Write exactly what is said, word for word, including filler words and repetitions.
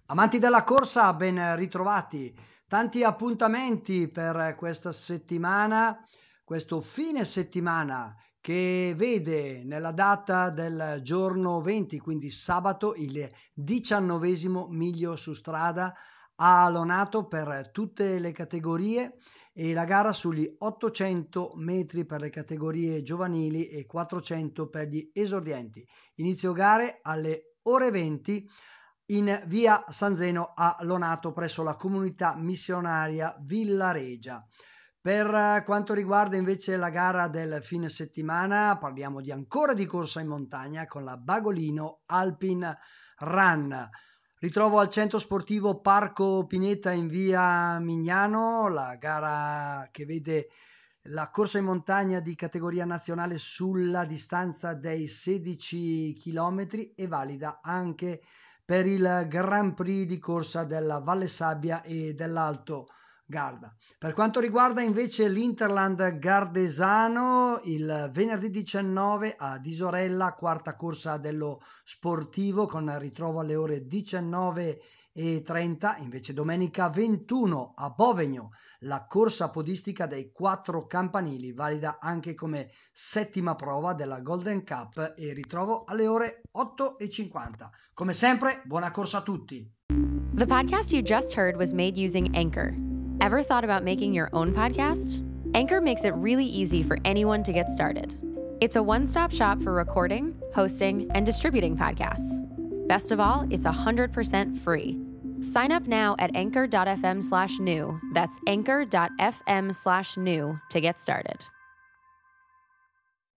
Amanti della corsa, ben ritrovati. Tanti appuntamenti per questa settimana, questo fine settimana che vede nella data del giorno venti, quindi sabato, il diciannovesimo miglio su strada a Lonato per tutte le categorie e la gara sugli ottocento metri per le categorie giovanili e quattrocento per gli esordienti. Inizio gare alle ore venti in via San Zeno a Lonato presso la comunità missionaria Villaregia. Per quanto riguarda invece la gara del fine settimana, parliamo di ancora di corsa in montagna con la Bagolino Alpine Run. Ritrovo al centro sportivo Parco Pineta in via Mignano, la gara che vede la corsa in montagna di categoria nazionale sulla distanza dei sedici chilometri è valida anche per il Grand Prix di corsa della Valle Sabbia e dell'Alto Garda. Per quanto riguarda invece l'Interland Gardesano, il venerdì diciannove a Disorella, quarta corsa dello sportivo con ritrovo alle ore diciannove e trenta, invece domenica ventuno a Bovegno, la corsa podistica dei quattro campanili, valida anche come settima prova della Golden Cup e ritrovo alle ore otto e cinquanta. Come sempre, buona corsa a tutti! The podcast you just heard was made using Anchor. Ever thought about making your own podcast? Anchor makes it really easy for anyone to get started. It's a one-stop shop for recording, hosting, and distributing podcasts. Best of all, it's one hundred percent free. Sign up now at anchor.fm slash new. That's anchor.fm slash new to get started.